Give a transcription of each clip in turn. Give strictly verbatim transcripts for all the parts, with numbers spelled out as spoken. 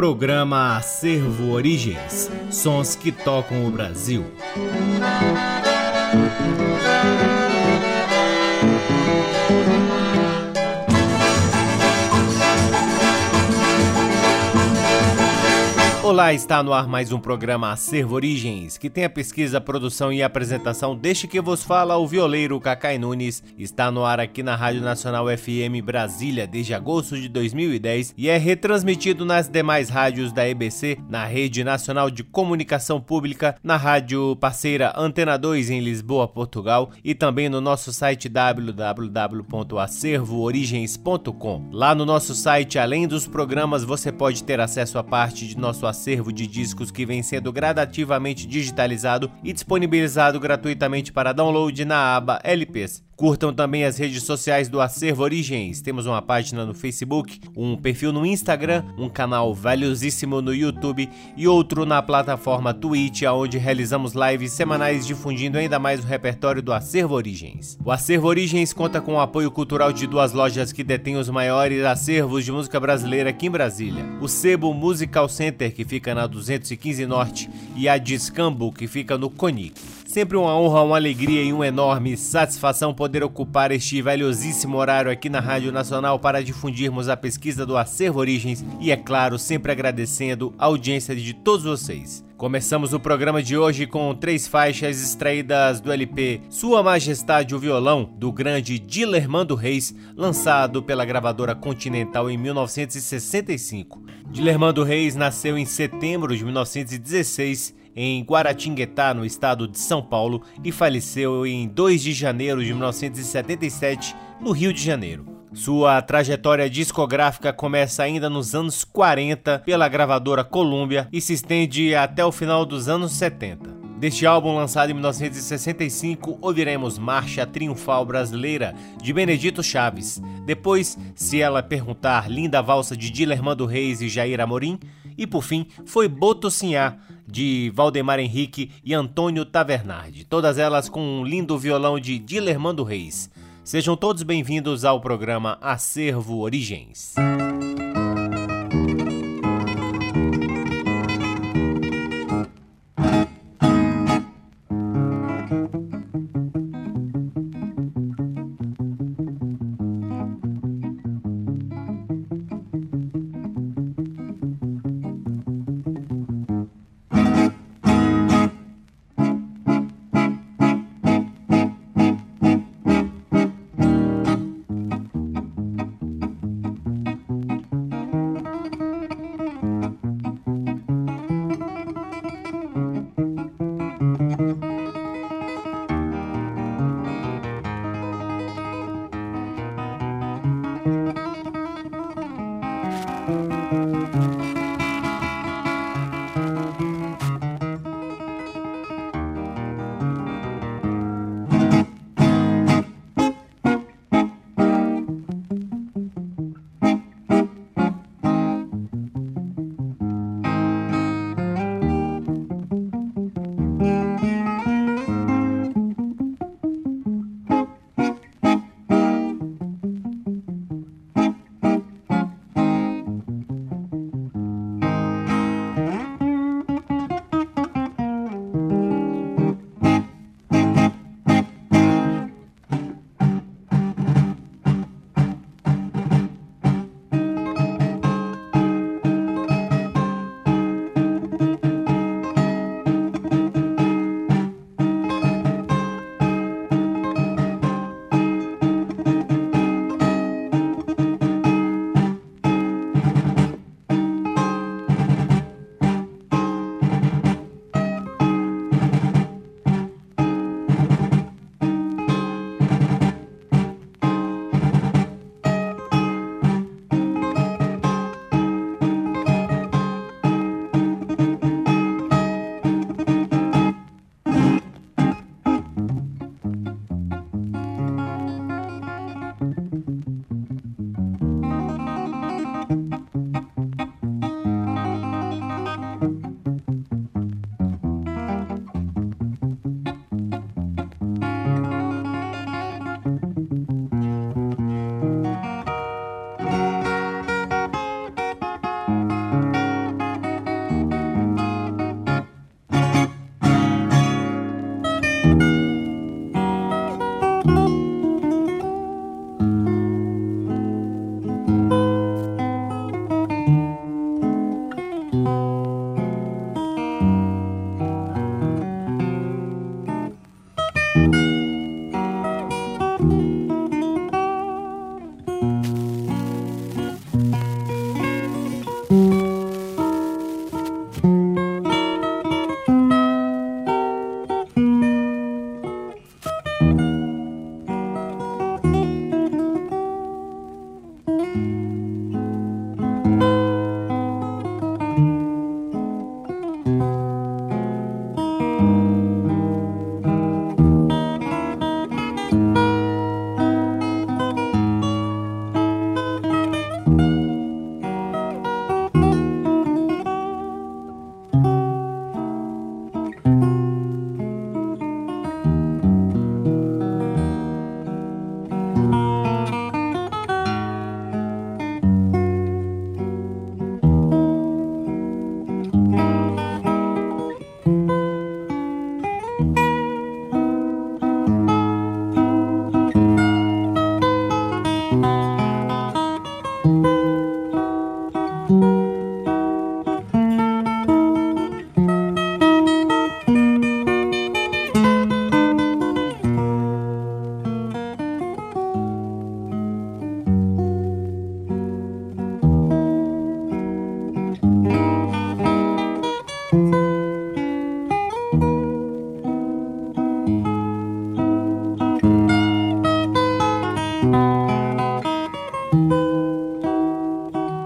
Programa Acervo Origens, sons que tocam o Brasil. Olá, está no ar mais um programa Acervo Origens, que tem a pesquisa, produção e apresentação deste que vos fala o violeiro Cacai Nunes. Está no ar aqui na Rádio Nacional F M Brasília desde agosto de dois mil e dez e é retransmitido nas demais rádios da E B C, na Rede Nacional de Comunicação Pública, na rádio parceira Antena dois em Lisboa, Portugal, e também no nosso site w w w ponto acervo origens ponto com. Lá no nosso site, além dos programas, você pode ter acesso a parte de nosso acervo de discos que vem sendo gradativamente digitalizado e disponibilizado gratuitamente para download na aba L Ps. Curtam também as redes sociais do Acervo Origens. Temos uma página no Facebook, um perfil no Instagram, um canal valiosíssimo no YouTube e outro na plataforma Twitch, onde realizamos lives semanais difundindo ainda mais o repertório do Acervo Origens. O Acervo Origens conta com o apoio cultural de duas lojas que detêm os maiores acervos de música brasileira aqui em Brasília. O Sebo Musical Center, que fica na duzentos e quinze Norte, e a Discambo, que fica no Conic. Sempre uma honra, uma alegria e uma enorme satisfação poder ocupar este valiosíssimo horário aqui na Rádio Nacional para difundirmos a pesquisa do Acervo Origens e, é claro, sempre agradecendo a audiência de todos vocês. Começamos o programa de hoje com três faixas extraídas do L P Sua Majestade o Violão, do grande Dilermando Reis, lançado pela gravadora Continental em mil novecentos e sessenta e cinco. Dilermando Reis nasceu em setembro de mil novecentos e dezesseis, em Guaratinguetá, no estado de São Paulo, e faleceu em dois de janeiro de mil novecentos e setenta e sete, no Rio de Janeiro. Sua trajetória discográfica começa ainda nos anos quarenta pela gravadora Columbia e se estende até o final dos anos setenta. Deste álbum, lançado em mil novecentos e sessenta e cinco, ouviremos Marcha Triunfal Brasileira, de Benedito Chaves. Depois, Se Ela Perguntar, Linda Valsa, de Dilermando Reis e Jair Amorim. E por fim, foi Botocinhá, de Valdemar Henrique e Antônio Tavernardi. Todas elas com um lindo violão de Dilermando Reis. Sejam todos bem-vindos ao programa Acervo Origens.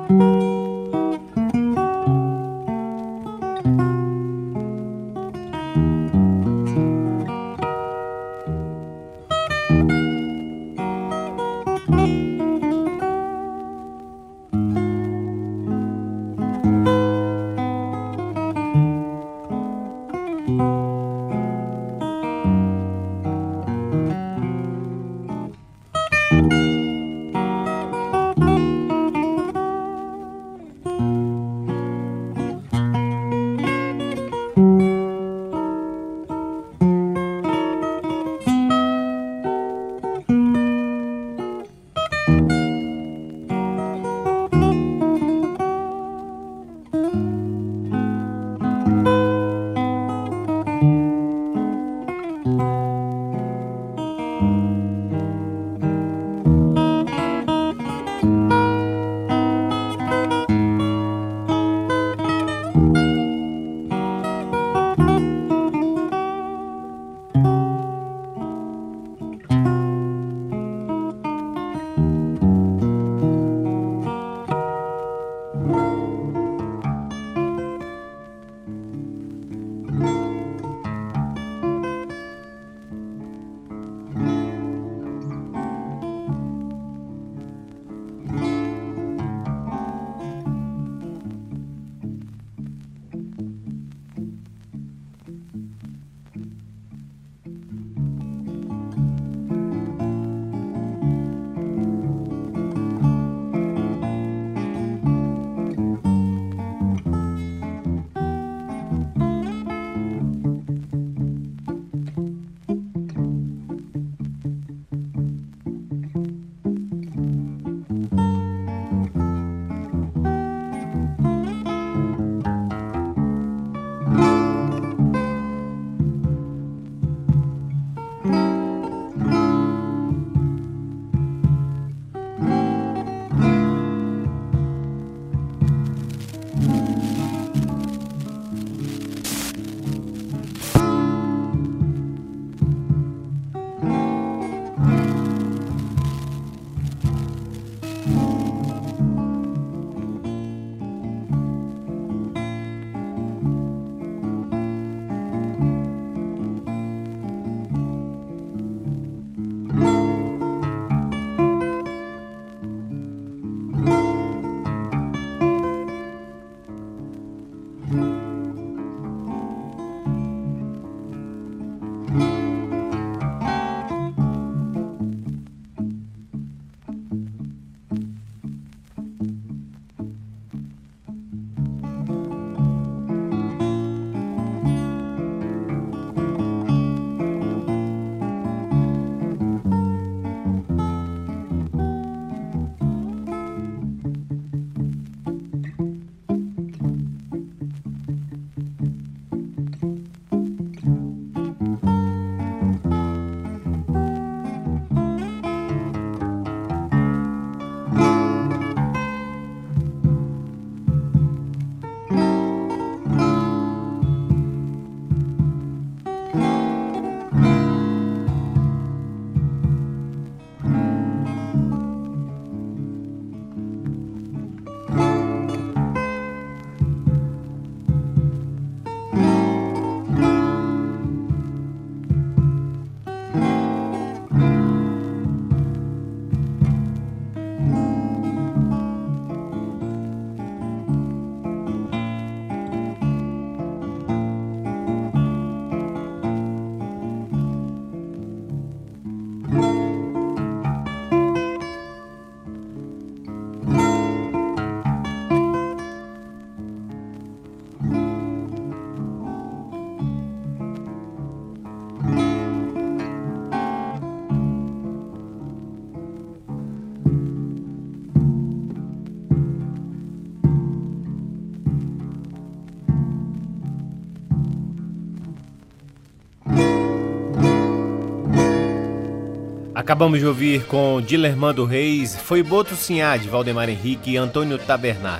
Acabamos de ouvir com Dilermando Reis, Foi Boto Sinhá, de Valdemar Henrique e Antônio Tabernardi.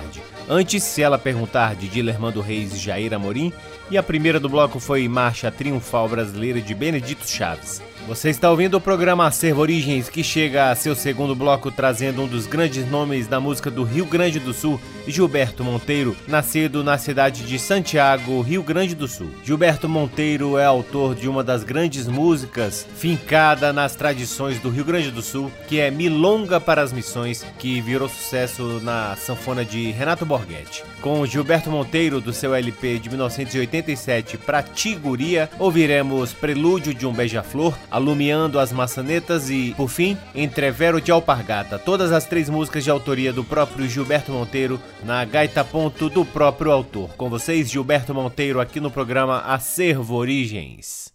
Antes, Se Ela Perguntar, de Dilermando Reis e Jair Amorim. E a primeira do bloco foi Marcha Triunfal Brasileira, de Benedito Chaves. Você está ouvindo o programa Acervo Origens, que chega a seu segundo bloco trazendo um dos grandes nomes da música do Rio Grande do Sul, Gilberto Monteiro, nascido na cidade de Santiago, Rio Grande do Sul. Gilberto Monteiro é autor de uma das grandes músicas fincada nas tradições do Rio Grande do Sul, que é Milonga para as Missões, que virou sucesso na sanfona de Renato Borghetti. Com Gilberto Monteiro, do seu L P de mil novecentos e oitenta e sete, Pra Ti Guria, ouviremos Prelúdio de um Beija-Flor, Alumiando as Maçanetas e, por fim, Entrevero de Alpargata. Todas as três músicas de autoria do próprio Gilberto Monteiro, na gaita ponto do próprio autor. Com vocês, Gilberto Monteiro, aqui no programa Acervo Origens.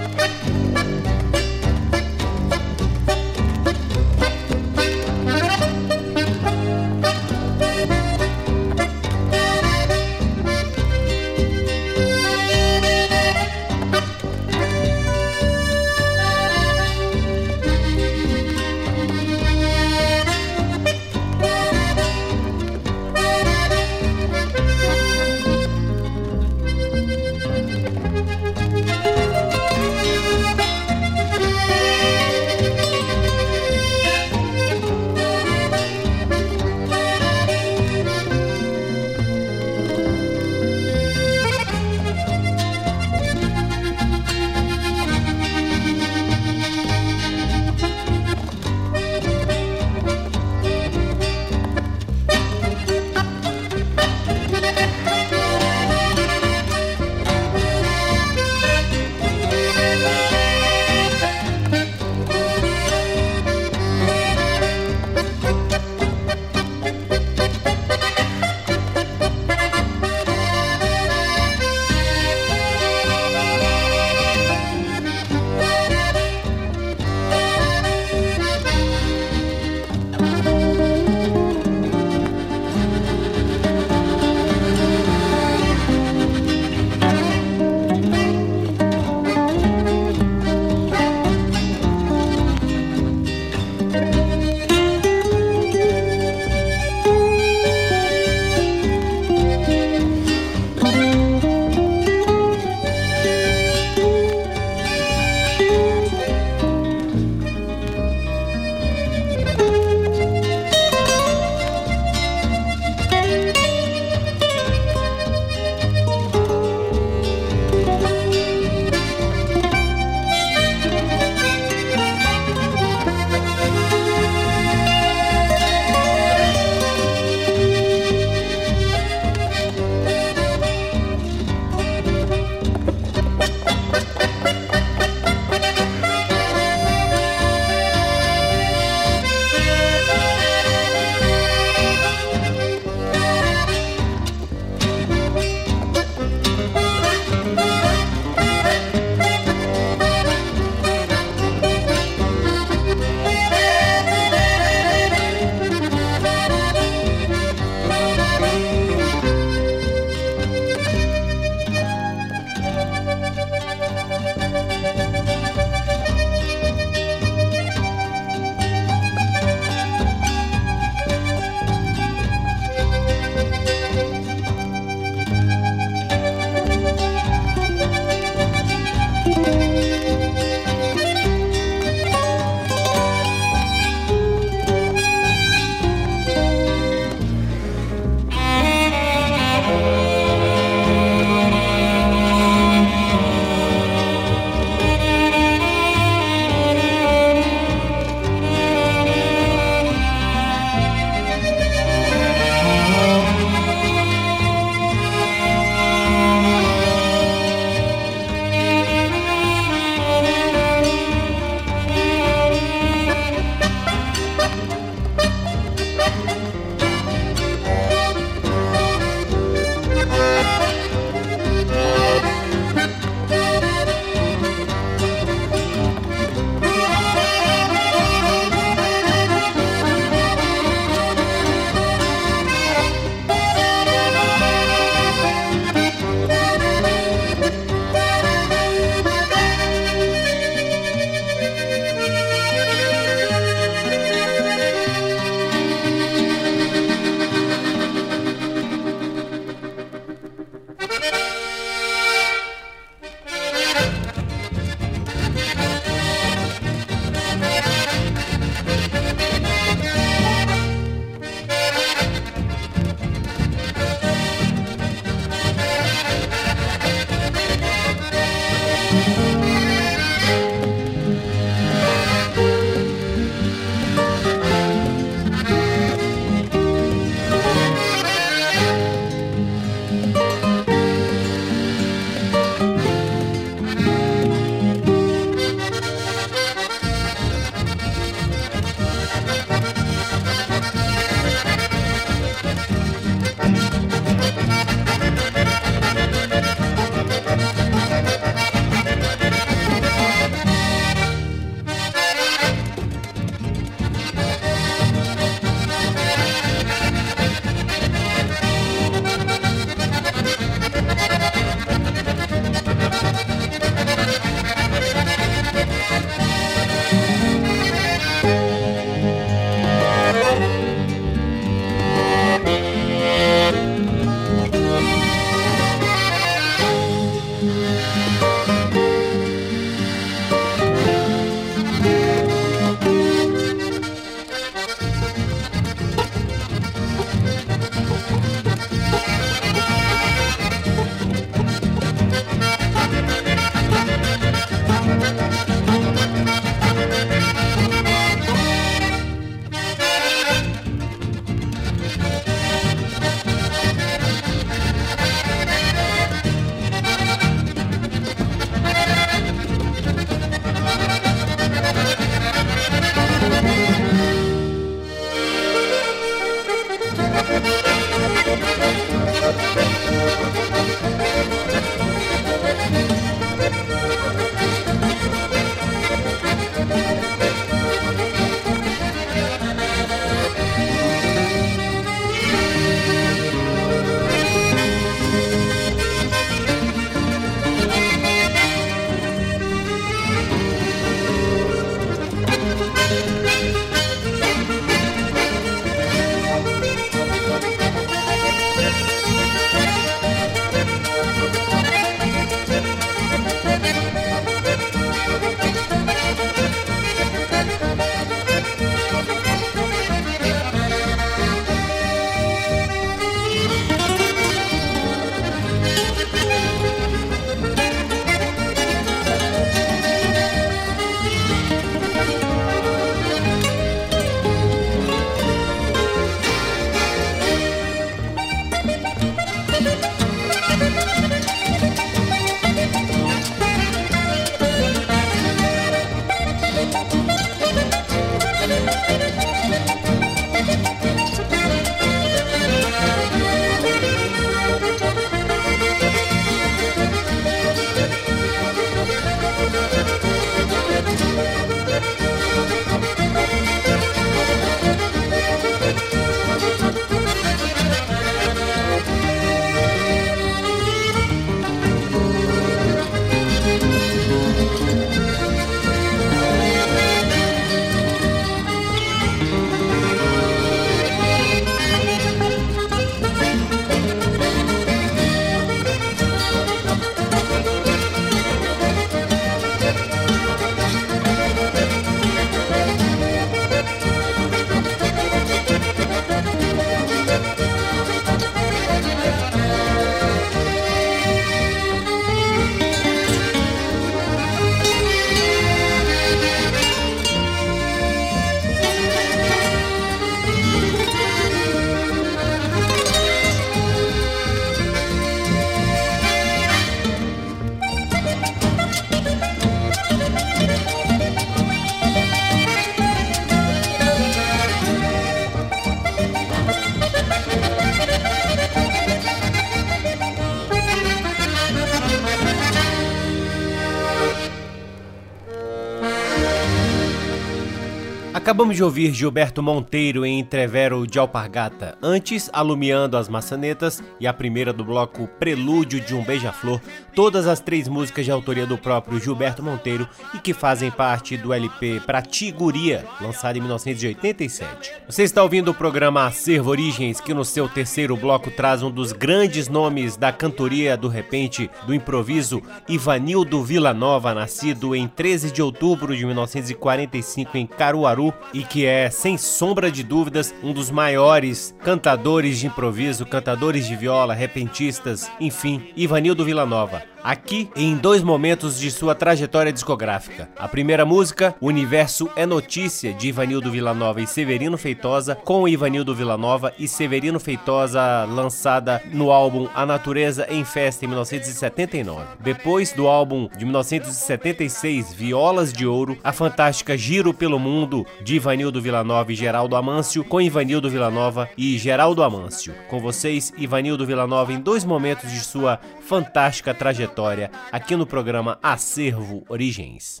Acabamos de ouvir Gilberto Monteiro em Entrevero de Alpargata, antes Alumiando as Maçanetas e a primeira do bloco Prelúdio de um Beija-Flor, todas as três músicas de autoria do próprio Gilberto Monteiro e que fazem parte do L P Pra Ti Guria, lançado em mil novecentos e oitenta e sete. Você está ouvindo o programa Acervo Origens, que no seu terceiro bloco traz um dos grandes nomes da cantoria do repente, do improviso, Ivanildo Villanova, nascido em treze de outubro de mil novecentos e quarenta e cinco em Caruaru, e que é, sem sombra de dúvidas, um dos maiores cantadores de improviso, cantadores de viola, repentistas, enfim, Ivanildo Villanova. Aqui em dois momentos de sua trajetória discográfica. A primeira música, O Universo é Notícia, de Ivanildo Villanova e Severino Feitosa, com Ivanildo Villanova e Severino Feitosa, lançada no álbum A Natureza em Festa, em mil novecentos e setenta e nove. Depois do álbum de mil novecentos e setenta e seis, Violas de Ouro, a fantástica Giro pelo Mundo, de Ivanildo Villanova e Geraldo Amâncio, com Ivanildo Villanova e Geraldo Amâncio. Com vocês, Ivanildo Villanova, em dois momentos de sua fantástica trajetória aqui no programa Acervo Origens.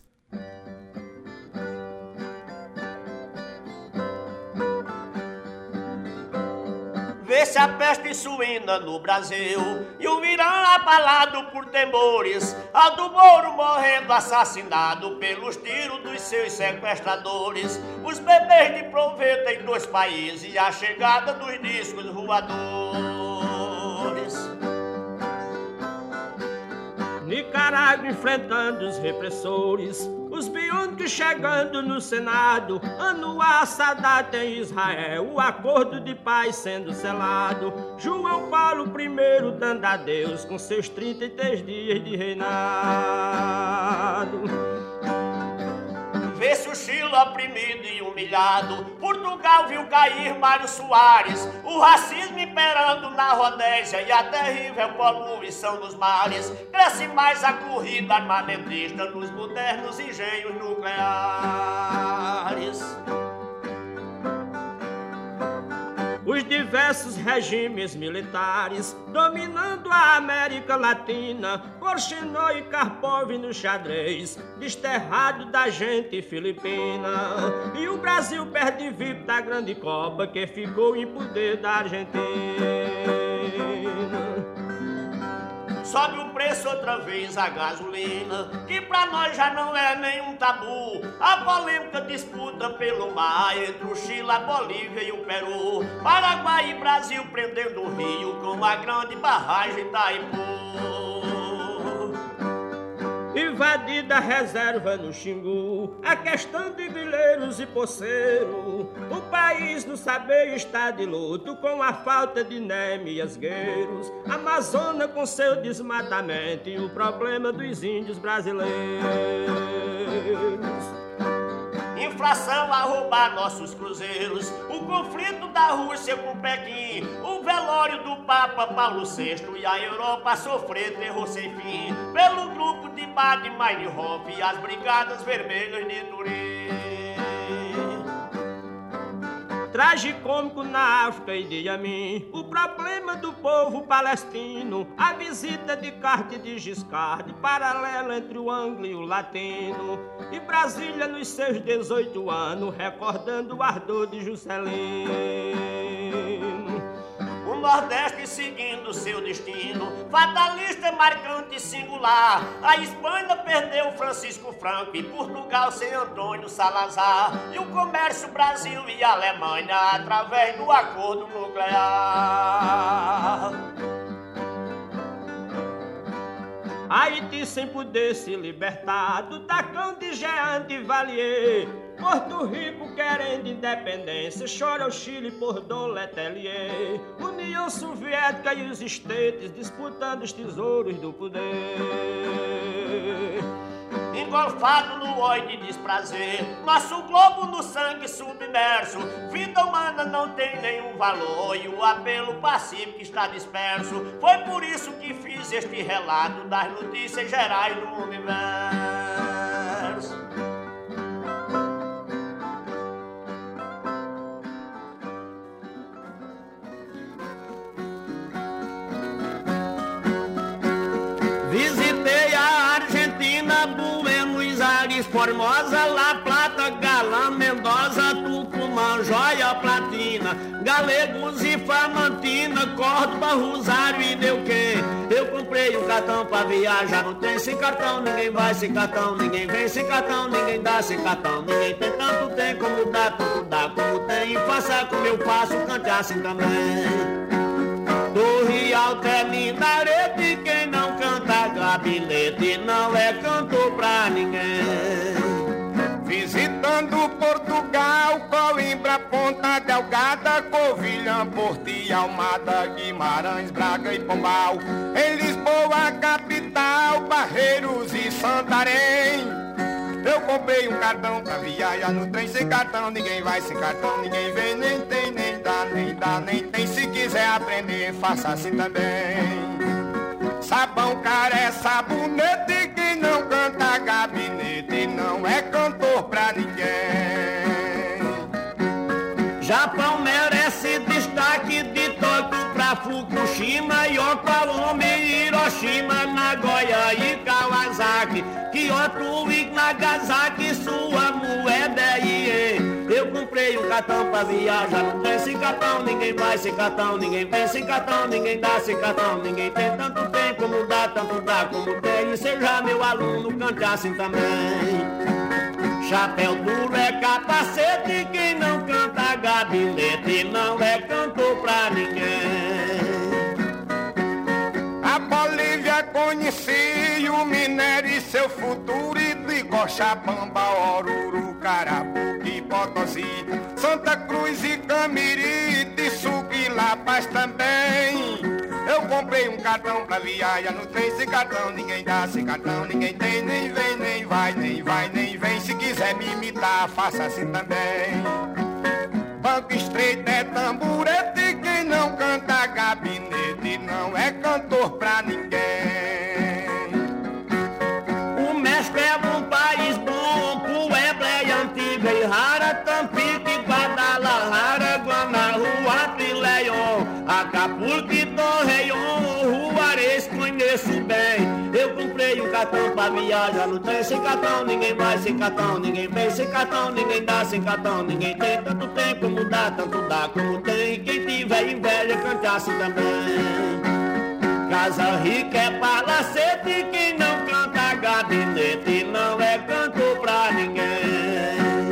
Vê-se a peste suína no Brasil e o Irã abalado por temores, a do Moro morrendo assassinado pelos tiros dos seus sequestradores, os bebês de proveta em dois países e a chegada dos discos voadores. Nicarágua enfrentando os repressores, os biônicos chegando no Senado, Anwar Sadat em Israel, o acordo de paz sendo selado, João Paulo primeiro dando adeus com seus trinta e três dias de reinado. Vê-se o Chile oprimido e humilhado, Portugal viu cair Mário Soares, o racismo imperando na Rodésia e a terrível poluição nos mares. Cresce mais a corrida armamentista nos modernos engenhos nucleares. os diversos regimes militares dominando a América Latina, Porchinó e Karpov no xadrez, desterrado da gente filipina. E o Brasil perde V I P da grande Copa que ficou em poder da Argentina. Sobe o preço outra vez a gasolina, que pra nós já não é nenhum tabu. A polêmica disputa pelo mar entre o Chile, a Bolívia e o Peru. Paraguai e Brasil prendendo o Rio com a grande barragem Itaipu. Invadida a reserva no Xingu, a questão de grileiros e poceiros. O país no saber está de luto com a falta de Neme e esgueiros. Amazônia com seu desmatamento e o problema dos índios brasileiros. Inflação a roubar nossos cruzeiros, o conflito da Rússia com Pequim, o velório do Papa Paulo sexto e a Europa a sofrer terror sem fim, pelo grupo de Baader-Meinhof e as Brigadas Vermelhas de Turim. Tragicômico na África e de Amin, o problema do povo palestino, a visita de Carte de Giscard, paralela entre o anglo e o latino, e Brasília nos seus dezoito anos, recordando o ardor de Juscelino. O Nordeste seguindo seu destino, fatalista, marcante e singular. A Espanha perdeu Francisco Franco e Portugal sem Antônio Salazar. E o comércio Brasil e Alemanha através do acordo nuclear. Haiti sem poder se libertar do tacão de Jean de Valier. Porto Rico querendo independência, chora o Chile por Dom Letelier. União Soviética e os estates disputando os tesouros do poder. Engolfado no ódio de desprazer, nosso globo no sangue submerso. Vida humana não tem nenhum valor e o apelo pacífico está disperso. Foi por isso que fiz este relato das notícias gerais do universo. Visitei a Argentina, Buenos Aires, Formosa, La Plata, Galã, Mendoza, Tucumã, Joia, Platina, Galegos e Famantina, Córdoba, Rosário e Neuquén. Eu comprei um cartão pra viajar, não tem sem cartão, ninguém vai sem cartão, ninguém vem sem cartão, ninguém dá sem cartão, ninguém tem tanto tem como dá, tanto dá como tem, e faça como eu faço, cante assim também. Torre alta é minarete, quem não canta gabinete não é cantor pra ninguém. Visitando Portugal, Coimbra, Ponta Delgada, Covilhã, Porto e Almada, Guimarães, Braga e Pombal. Em Lisboa, capital, Barreiros e Santarém. Eu comprei um cartão pra viajar no trem. Sem cartão ninguém vai, sem cartão ninguém vem. Nem tem, nem dá, nem dá, nem tem. Se quiser aprender, faça assim também. Sabão, caré, sabonete, quem não canta gabinete não é cantor pra ninguém. Japão merece destaque de Tóquio pra Fukushima, Yokohama e Hiroshima, Nagoya e Kawasaki, Kyoto e Nagasaki, sua moeda é iê. Eu comprei um cartão pra viajar, não tem sem cartão, ninguém vai sem cartão, ninguém vem sem cartão, ninguém dá sem cartão, ninguém tem, tanto tem como dá, tanto dá como tem, e seja meu aluno, cante assim também. Chapéu duro é capacete, quem não canta gabinete não é cantor pra ninguém. A Bolívia conheci o minério e seu futuro, e de Cochabamba, Oruro, Carapuque, Potosí, Santa Cruz e Camirite, Sucre e La Paz também. Eu comprei um cartão pra viajar no trem. Sem cartão ninguém dá, sem cartão ninguém tem. Nem vem, nem vai, nem vai, nem vem. Se quiser me imitar, faça assim também. Banco estreito é tamborete, quem não canta gabinete não é cantor pra ninguém. O México é um país bom, Puebla é antiga e rara, Tampico, Guadalajara, Guanajuato e Acapulco e Torreão, Juarez conheço bem. Eu comprei um cartão pra viajar no trem. Sem cartão ninguém vai, sem cartão ninguém vem. Sem cartão ninguém dá, sem cartão ninguém tem. Tanto tem como dá, tanto dá como tem. Quem tiver inveja cantasse também. Casa rica é palacete, quem não canta gabinete não é canto pra ninguém.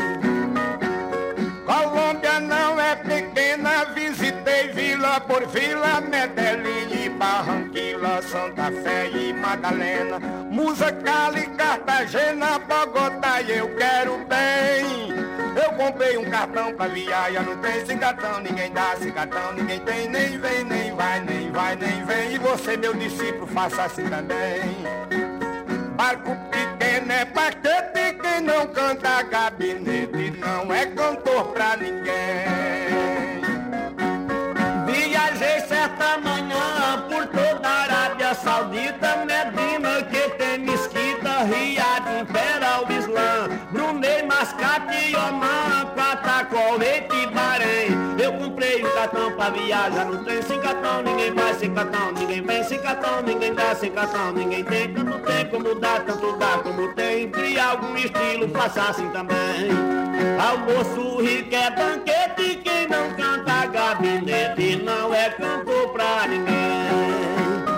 Colômbia não é pequena, visitei vila por vila, Medellín e Barranquilla, Santa Fé e Madalena, Musa, Cali, Cartagena, Bogotá e eu quero bem. Eu comprei um cartão pra viajar no trem. Sem cartão ninguém dá, sem cartão ninguém tem. Nem vem, nem vai, nem vai, nem vem. E você, meu discípulo, faça assim também. Barco pequeno é paquete, quem não canta gabinete não é cantor pra ninguém. Viajei certa manhã por toda a Arábia Saudita, Medina, que tem mesquita, Riad, Impera, o Islã, Brunei, Mascate, Oman, Patacol, Eite, Bahrein. Eu comprei um cartão pra viajar no trem. Sem cartão ninguém vai, sem cartão ninguém vem. Sem cartão ninguém dá, sem cartão ninguém tem. Tanto tem como dá, tanto dá como tem. Cria algum estilo, faça assim também. Almoço rico é banquete, quem não canta gabinete não é canto pra ninguém.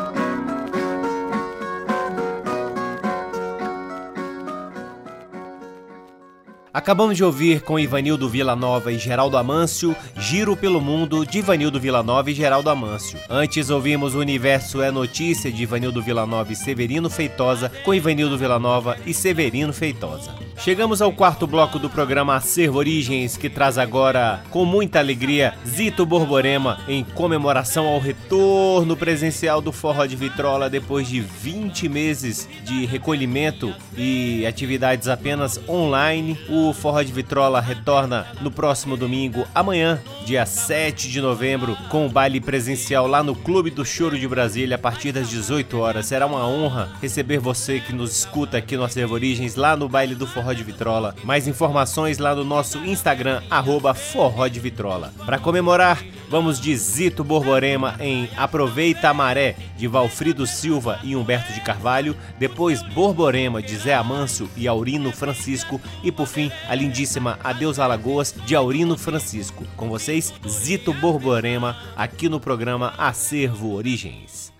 Acabamos de ouvir com Ivanildo Villa-Nova e Geraldo Amâncio, Giro pelo Mundo, de Ivanildo Villa-Nova e Geraldo Amâncio. Antes ouvimos O Universo é Notícia, de Ivanildo Villa-Nova e Severino Feitosa, com Ivanildo Villa-Nova e Severino Feitosa. Chegamos ao quarto bloco do programa Acervo Origens, que traz agora, com muita alegria, Zito Borborema, em comemoração ao retorno presencial do Forró de Vitrola depois de vinte meses de recolhimento e atividades apenas online. O Forró de Vitrola retorna no próximo domingo, amanhã, dia sete de novembro, com o baile presencial lá no Clube do Choro de Brasília, a partir das dezoito horas. Será uma honra receber você que nos escuta aqui no Acervo Origens, lá no baile do Forró de Vitrola. Mais informações lá no nosso Instagram, arroba Forró de Vitrola. Para comemorar, vamos de Zito Borborema em Aproveita a Maré, de Valfrido Silva e Humberto de Carvalho, depois Borborema, de Zé Amâncio e Aurino Francisco, e por fim, a lindíssima Adeus Alagoas, de Aurino Francisco. Com vocês, Zito Borborema, aqui no programa Acervo Origens.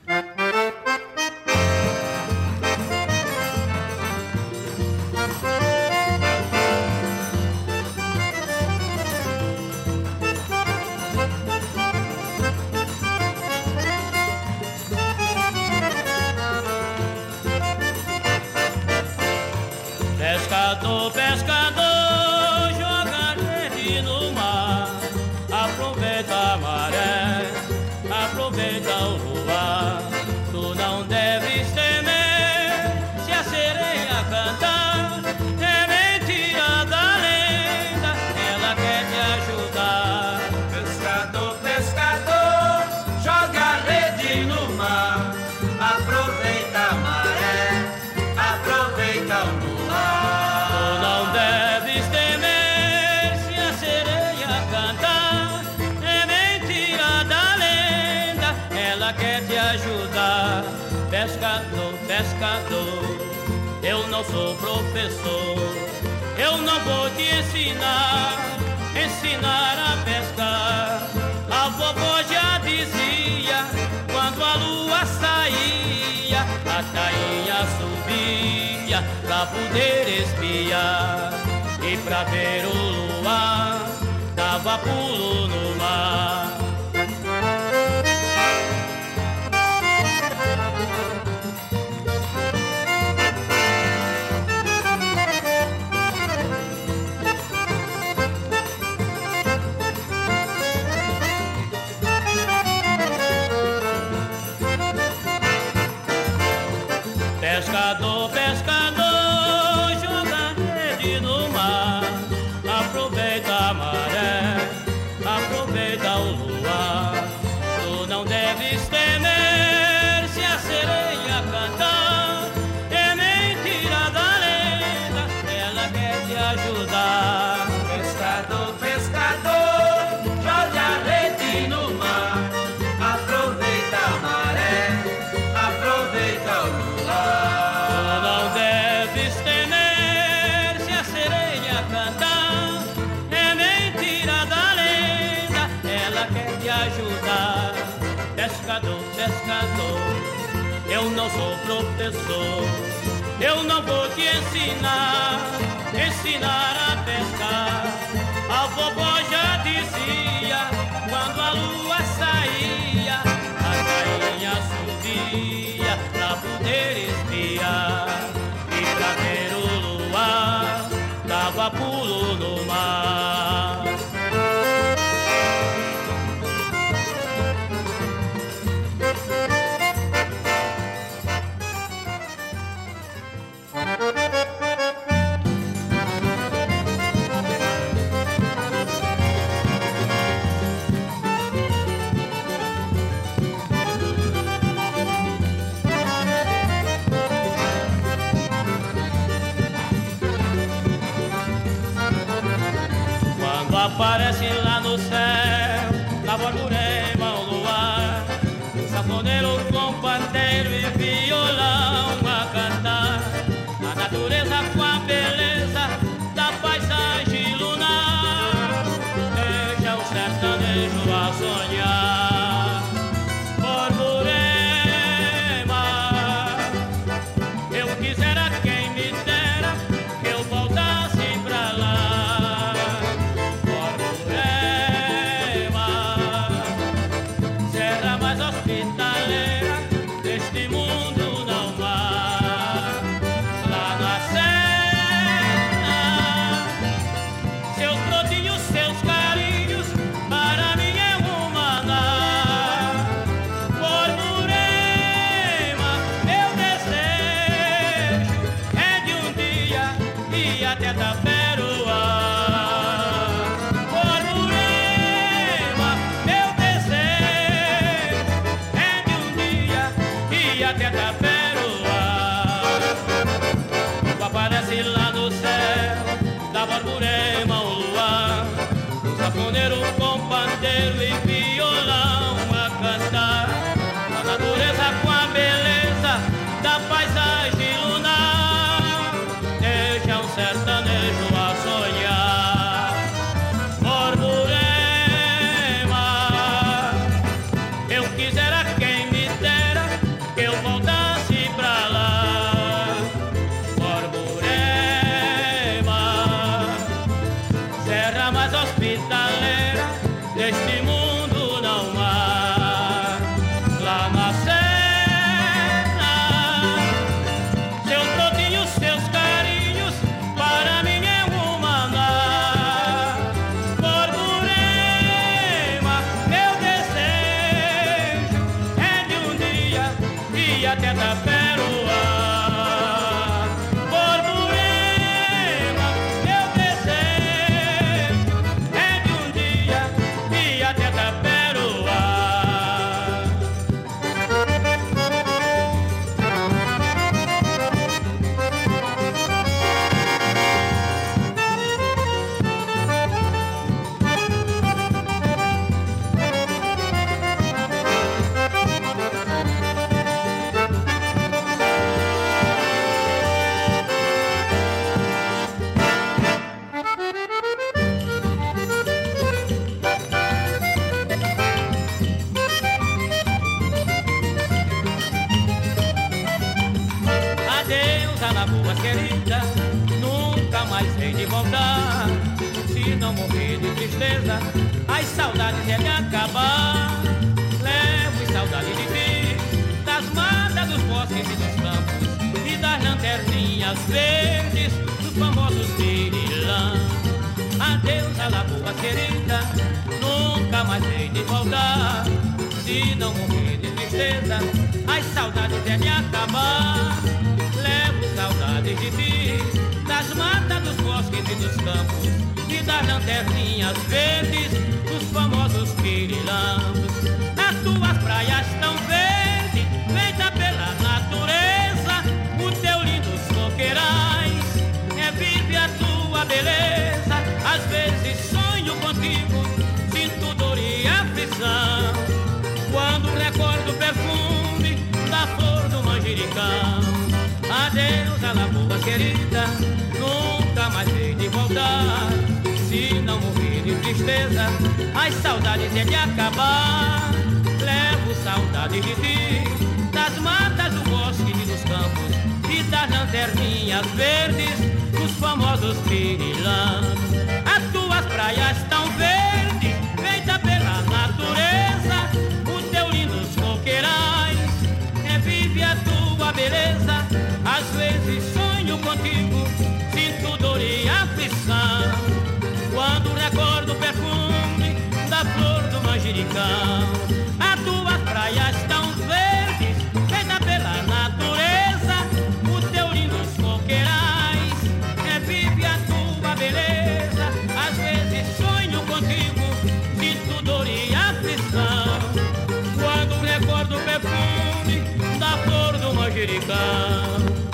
Pescador, pescador, joga rede no mar. Aproveita a maré, aproveita o luar. Tu não deves temer se a sereia cantar. É mentira da lenda, ela quer te ajudar. Pescador, pescador, joga rede no mar. Aproveita a maré, aproveita o luar. Pescador, pescador, eu não sou professor, eu não vou te ensinar, ensinar a pescar. A vovó já dizia, quando a lua saía, a tainha subia pra poder espiar. E pra ver o luar, dava pulo no mar. Pescador, pescador, joga rede no mar. Aproveita a maré, aproveita o luar. Tu não deves temer se a sereia cantar. É mentira da lenda, ela quer te ajudar. Pescador, pescador, joga rede no mar. te ajudar. Pescador, pescador, eu não sou professor, eu não vou te ensinar, ensinar a pescar. A vovó já dizia, quando a lua saía, a galinha subia pra poder espiar. E pra ver o luar, dava pulo no mar. Aparece lá no céu, na Borborema, o luar, sanfoneiro com pandeiro e violão a cantar. A natureza com a beleza da paisagem lunar, deixa o sertanejo a sonhar. Borborema, eu quisera quem me dera que eu voltasse pra lá. Com pandeiro e violão a cantar. A natureza com a beleza da paisagem lunar, deixa um sertanejo a sonhar. Borborema, eu quisera quem me dera que eu voltasse pra lá. Borborema, serra mais hospitaleira deste mundo não há. Lá na serra, seus brotinhos, seus carinhos, para mim é um maná. Borborema, meu desejo é de um dia ir até Taperoá. Borborema, meu desejo é de um dia ir até Taperoá. Adeus, Alagoas querida, nunca mais hei de voltar. Se não morrer de tristeza, as saudades é me acabar. Levo saudade de ti, das matas, dos bosques e dos campos, e das lanterninhas verdes, dos famosos pirilã. Adeus, Alagoas querida, nunca mais hei de voltar. Se não morrer de tristeza, as saudades é me acabar. Levo saudades de ti, das matas, dos bosques e dos campos, e das lanterninhas verdes, dos famosos pirilampos. As tuas praias tão verdes, feita pela natureza, o teu lindo coqueirais, é vive a tua beleza. Às vezes sonho contigo, sinto dor e aflição, quando recordo o perfume da flor do manjericão. Adeus, Alagoas querida, nunca mais hei de voltar. Se não morrer de tristeza, as saudades é de acabar. Levo saudades de ti, das matas, do bosque e dos campos, e das lanterninhas verdes, dos famosos pirilampos. As tuas praias tão verdes, feita pela natureza, os teus lindos coqueirais, revive a tua beleza. Às vezes sonho contigo, sinto dor e aflição, quando recordo o perfume da flor do manjericão. As tuas praias tão verdes, feita pela natureza, os teus lindos coqueirais, revive a tua beleza. Às vezes sonho contigo, sinto dor e aflição, quando recordo o perfume da flor do manjericão.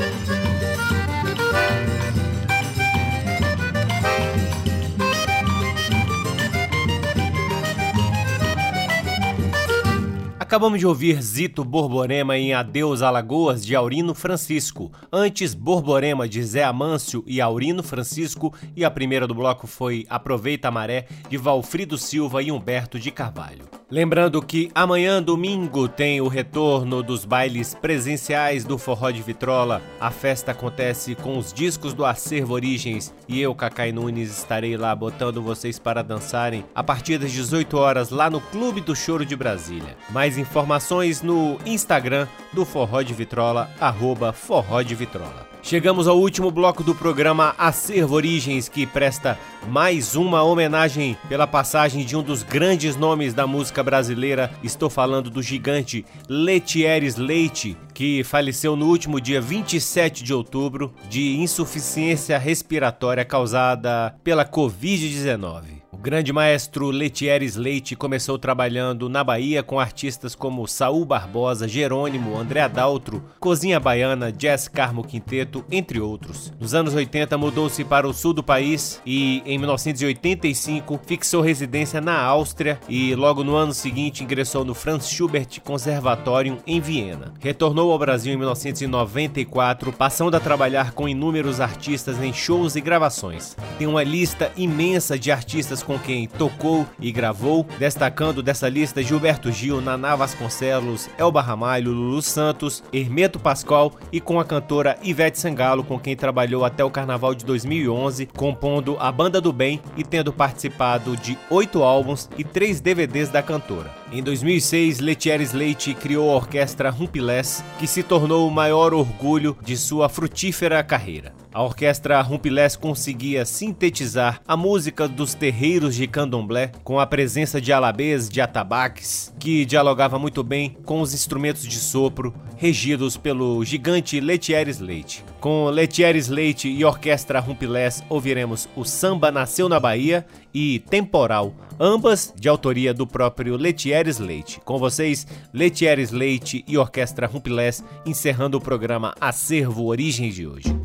Acabamos de ouvir Zito Borborema em Adeus Alagoas, de Aurino Francisco. Antes, Borborema, de Zé Amâncio e Aurino Francisco. E a primeira do bloco foi Aproveita a Maré, de Valfrido Silva e Humberto de Carvalho. Lembrando que amanhã, domingo, tem o retorno dos bailes presenciais do Forró de Vitrola. A festa acontece com os discos do Acervo Origens e eu, Cacai Nunes, estarei lá botando vocês para dançarem a partir das dezoito horas lá no Clube do Choro de Brasília. Mais informações no Instagram do Forró de Vitrola, arroba Forró de Vitrola. Chegamos ao último bloco do programa Acervo Origens, que presta mais uma homenagem pela passagem de um dos grandes nomes da música brasileira. Estou falando do gigante Letieres Leite, que faleceu no último dia vinte e sete de outubro de insuficiência respiratória causada pela covid dezenove. O grande maestro Letieres Leite começou trabalhando na Bahia com artistas como Saul Barbosa, Jerônimo, André Adaltro, Cozinha Baiana, Jazz Carmo Quinteto, entre outros. Nos anos oitenta mudou-se para o sul do país e em mil novecentos e oitenta e cinco fixou residência na Áustria e logo no ano seguinte ingressou no Franz Schubert Conservatorium em Viena. Retornou ao Brasil em mil novecentos e noventa e quatro, passando a trabalhar com inúmeros artistas em shows e gravações. Tem uma lista imensa de artistas com quem tocou e gravou, destacando dessa lista Gilberto Gil, Naná Vasconcelos, Elba Ramalho, Lulu Santos, Hermeto Pascoal e com a cantora Ivete Sangalo, com quem trabalhou até o Carnaval de dois mil e onze, compondo a Banda do Bem e tendo participado de oito álbuns e três D V Ds da cantora. Em dois mil e seis, Letieres Leite criou a orquestra Rumpilés, que se tornou o maior orgulho de sua frutífera carreira. A orquestra Rumpilés conseguia sintetizar a música dos terreiros de candomblé com a presença de alabês, de atabaques, que dialogava muito bem com os instrumentos de sopro regidos pelo gigante Letieres Leite. Com Letieres Leite e Orquestra Rumpilés ouviremos o Samba Nasceu na Bahia e Temporal, ambas de autoria do próprio Letieres Leite. Com vocês, Letieres Leite e Orquestra Rumpilés, encerrando o programa Acervo Origens de hoje.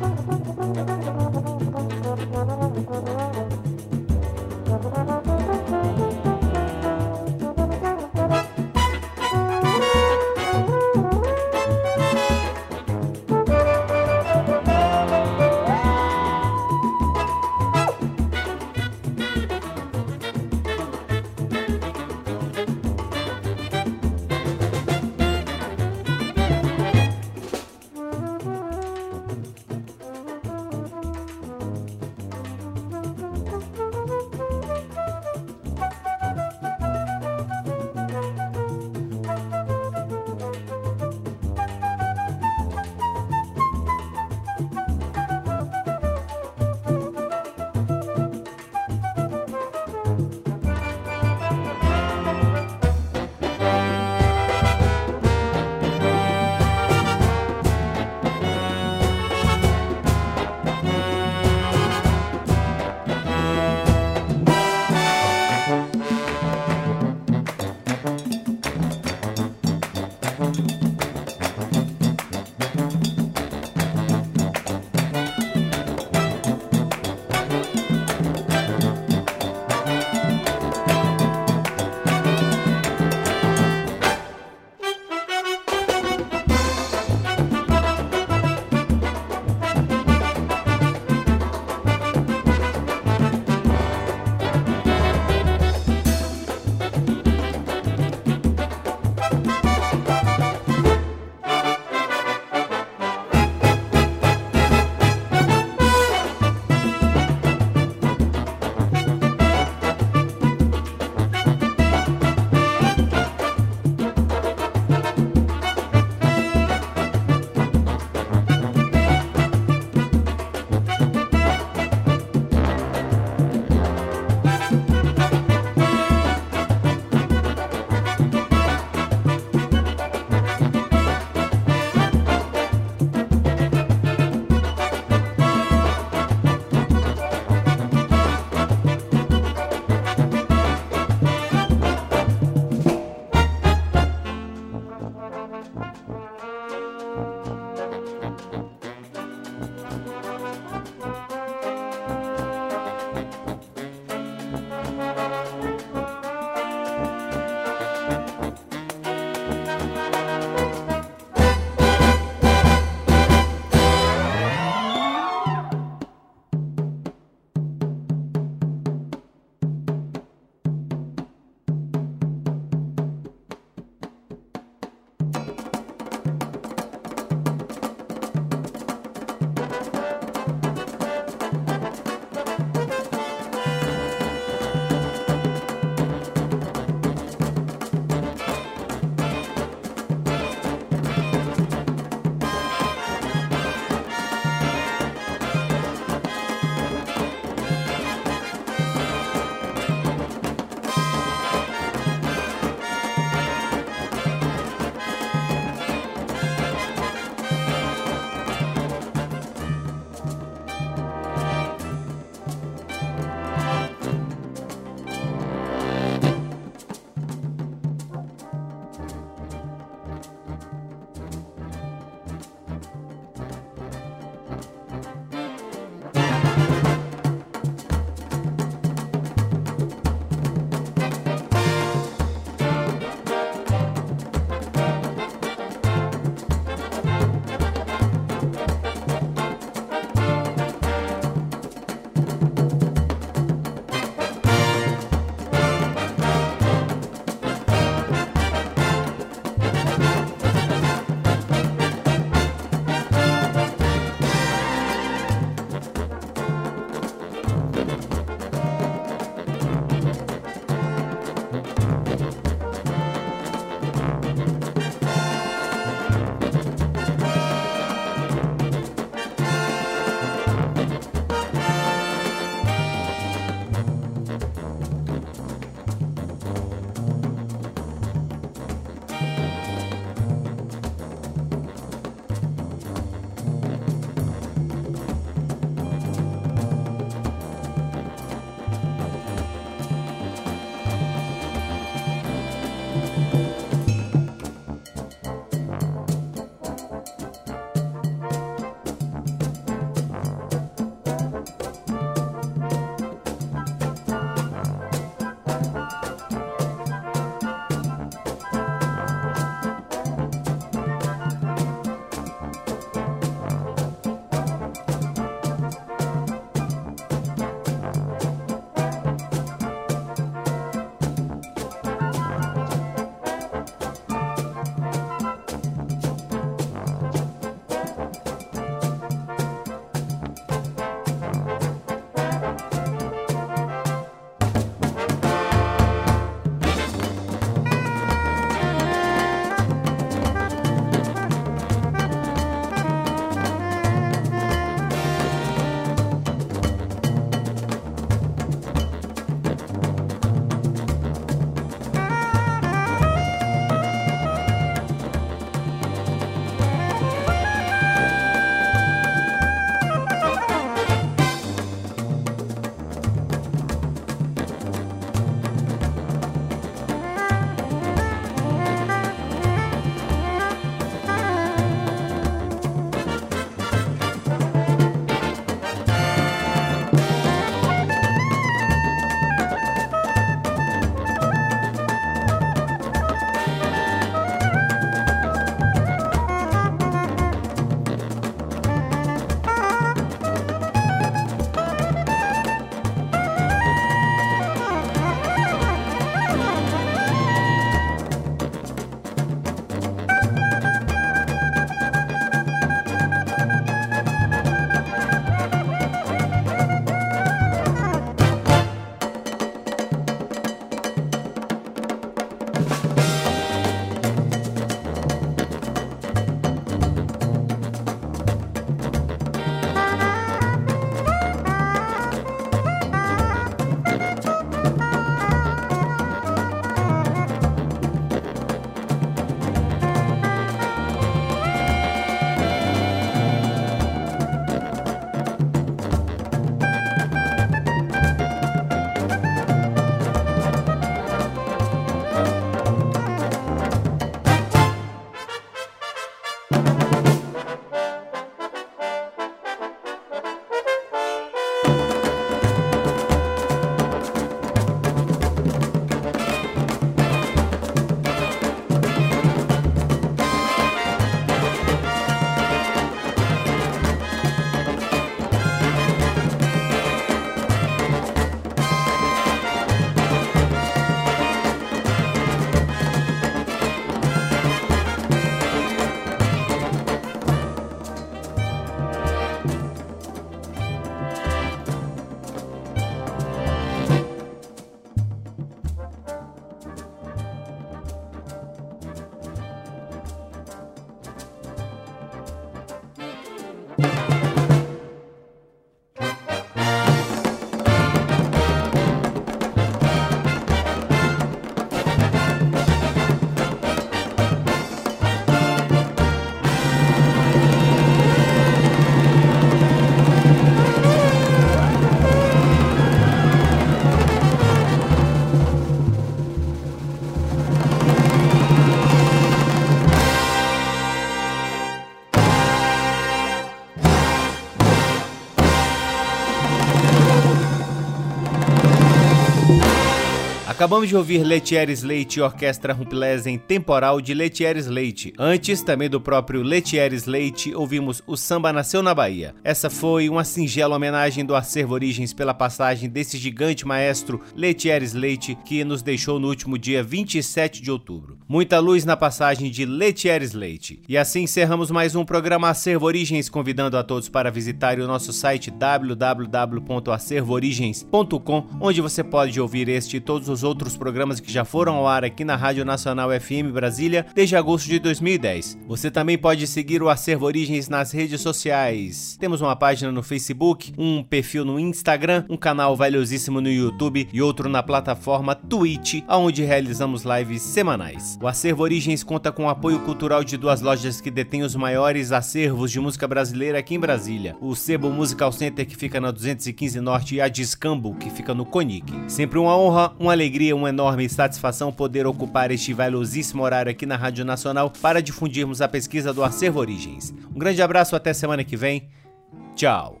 Acabamos de ouvir Letieres Leite e Orquestra Rumpelesen Temporal de Letieres Leite. Antes, também do próprio Letieres Leite, ouvimos O Samba Nasceu na Bahia. Essa foi uma singela homenagem do Acervo Origens pela passagem desse gigante maestro Letieres Leite, que nos deixou no último dia vinte e sete de outubro. Muita luz na passagem de Letieres Leite. E assim encerramos mais um programa Acervo Origens, convidando a todos para visitarem o nosso site w w w ponto acervo origens ponto com, onde você pode ouvir este e todos os outros programas que já foram ao ar aqui na Rádio Nacional F M Brasília desde agosto de dois mil e dez. Você também pode seguir o Acervo Origens nas redes sociais. Temos uma página no Facebook, um perfil no Instagram, um canal valiosíssimo no YouTube e outro na plataforma Twitch, onde realizamos lives semanais. O Acervo Origens conta com o apoio cultural de duas lojas que detêm os maiores acervos de música brasileira aqui em Brasília. O Sebo Musical Center, que fica na duzentos e quinze Norte, e a Discambo, que fica no Conic. Sempre uma honra, uma alegria, uma enorme satisfação poder ocupar este valiosíssimo horário aqui na Rádio Nacional para difundirmos a pesquisa do Acervo Origens. Um grande abraço, até semana que vem. Tchau.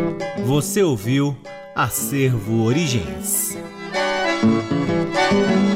Você ouviu Acervo Origens.